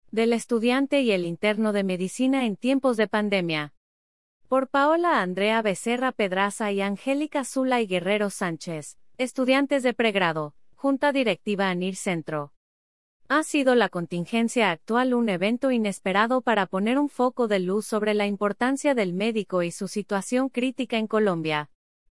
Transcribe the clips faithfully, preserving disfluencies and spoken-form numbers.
Del estudiante y el interno de medicina en tiempos de pandemia. Por Paola Andrea Becerra Pedraza y Angélica Zula y Guerrero Sánchez, estudiantes de pregrado, Junta Directiva ANIR Centro. Ha sido la contingencia actual un evento inesperado para poner un foco de luz sobre la importancia del médico y su situación crítica en Colombia.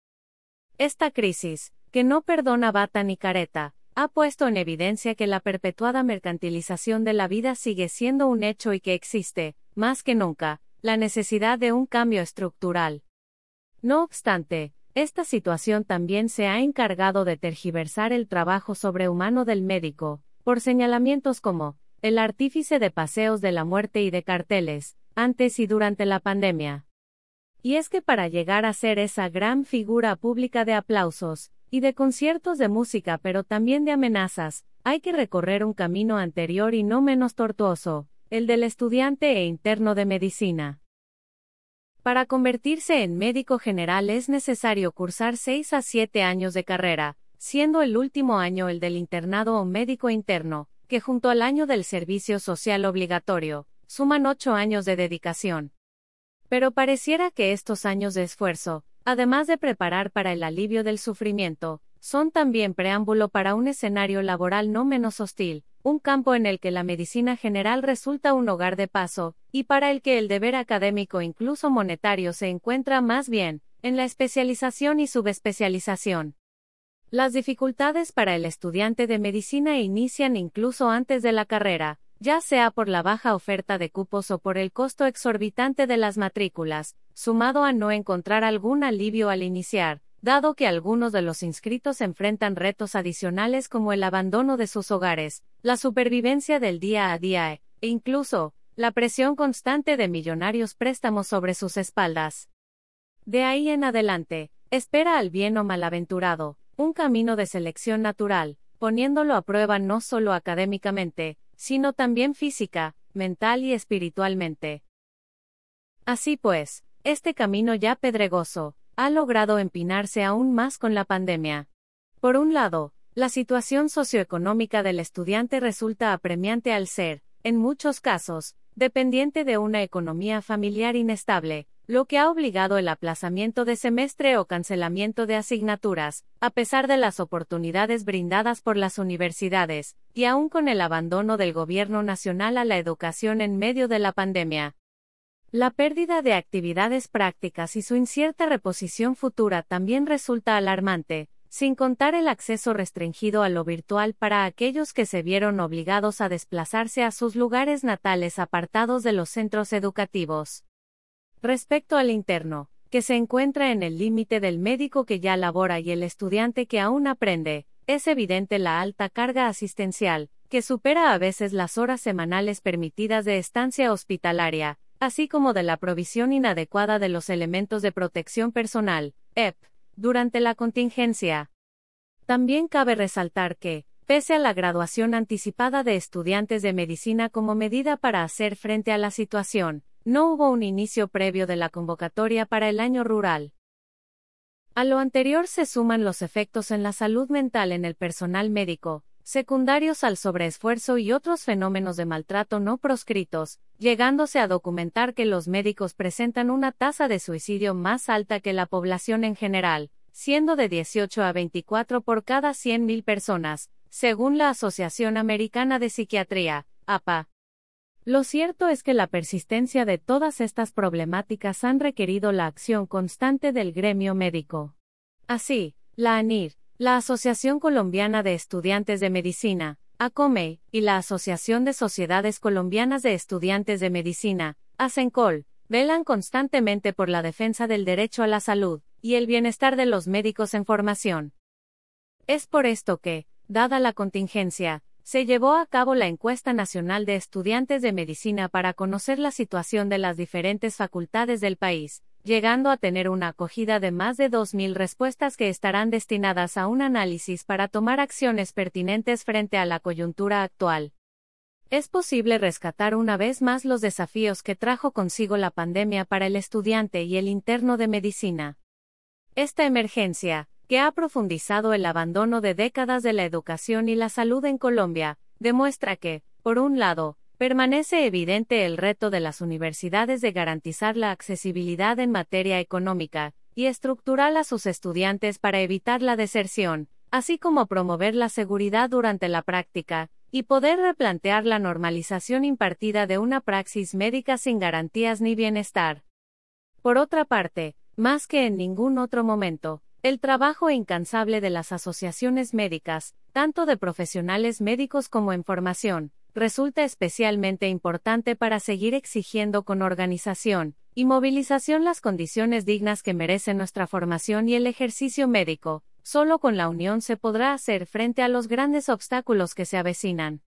Esta crisis, que no perdona bata ni careta, ha puesto en evidencia que la perpetuada mercantilización de la vida sigue siendo un hecho y que existe, más que nunca, la necesidad de un cambio estructural. No obstante, esta situación también se ha encargado de tergiversar el trabajo sobrehumano del médico, por señalamientos como, el artífice de paseos de la muerte y de carteles, antes y durante la pandemia. Y es que para llegar a ser esa gran figura pública de aplausos, y de conciertos de música pero también de amenazas, hay que recorrer un camino anterior y no menos tortuoso, el del estudiante e interno de medicina. Para convertirse en médico general es necesario cursar seis a siete años de carrera, siendo el último año el del internado o médico interno, que junto al año del servicio social obligatorio, suman ocho años de dedicación. Pero pareciera que estos años de esfuerzo, además de preparar para el alivio del sufrimiento, son también preámbulo para un escenario laboral no menos hostil, un campo en el que la medicina general resulta un hogar de paso, y para el que el deber académico incluso monetario se encuentra más bien, en la especialización y subespecialización. Las dificultades para el estudiante de medicina inician incluso antes de la carrera, ya sea por la baja oferta de cupos o por el costo exorbitante de las matrículas, sumado a no encontrar algún alivio al iniciar, dado que algunos de los inscritos enfrentan retos adicionales como el abandono de sus hogares, la supervivencia del día a día e, incluso, la presión constante de millonarios préstamos sobre sus espaldas. De ahí en adelante, espera al bien o malaventurado, un camino de selección natural, poniéndolo a prueba no solo académicamente, sino también física, mental y espiritualmente. Así pues, este camino ya pedregoso, ha logrado empinarse aún más con la pandemia. Por un lado, la situación socioeconómica del estudiante resulta apremiante al ser, en muchos casos, dependiente de una economía familiar inestable, lo que ha obligado el aplazamiento de semestre o cancelamiento de asignaturas, a pesar de las oportunidades brindadas por las universidades, y aún con el abandono del gobierno nacional a la educación en medio de la pandemia. La pérdida de actividades prácticas y su incierta reposición futura también resulta alarmante, sin contar el acceso restringido a lo virtual para aquellos que se vieron obligados a desplazarse a sus lugares natales apartados de los centros educativos. Respecto al interno, que se encuentra en el límite del médico que ya labora y el estudiante que aún aprende, es evidente la alta carga asistencial, que supera a veces las horas semanales permitidas de estancia hospitalaria, así como de la provisión inadecuada de los elementos de protección personal, E P, durante la contingencia. También cabe resaltar que, pese a la graduación anticipada de estudiantes de medicina como medida para hacer frente a la situación, no hubo un inicio previo de la convocatoria para el año rural. A lo anterior se suman los efectos en la salud mental en el personal médico, secundarios al sobreesfuerzo y otros fenómenos de maltrato no proscritos, llegándose a documentar que los médicos presentan una tasa de suicidio más alta que la población en general, siendo de dieciocho a veinticuatro por cada cien mil personas, según la Asociación Americana de Psiquiatría, A P A. Lo cierto es que la persistencia de todas estas problemáticas han requerido la acción constante del gremio médico. Así, la ANIR, la Asociación Colombiana de Estudiantes de Medicina, ACOME, y la Asociación de Sociedades Colombianas de Estudiantes de Medicina, ASENCOL, velan constantemente por la defensa del derecho a la salud y el bienestar de los médicos en formación. Es por esto que, dada la contingencia, se llevó a cabo la encuesta nacional de estudiantes de medicina para conocer la situación de las diferentes facultades del país, llegando a tener una acogida de más de dos mil respuestas que estarán destinadas a un análisis para tomar acciones pertinentes frente a la coyuntura actual. Es posible rescatar una vez más los desafíos que trajo consigo la pandemia para el estudiante y el interno de medicina. Esta emergencia, que ha profundizado el abandono de décadas de la educación y la salud en Colombia, demuestra que, por un lado, permanece evidente el reto de las universidades de garantizar la accesibilidad en materia económica y estructural a sus estudiantes para evitar la deserción, así como promover la seguridad durante la práctica, y poder replantear la normalización impartida de una praxis médica sin garantías ni bienestar. Por otra parte, más que en ningún otro momento, el trabajo incansable de las asociaciones médicas, tanto de profesionales médicos como en formación, resulta especialmente importante para seguir exigiendo con organización y movilización las condiciones dignas que merecen nuestra formación y el ejercicio médico. Solo con la unión se podrá hacer frente a los grandes obstáculos que se avecinan.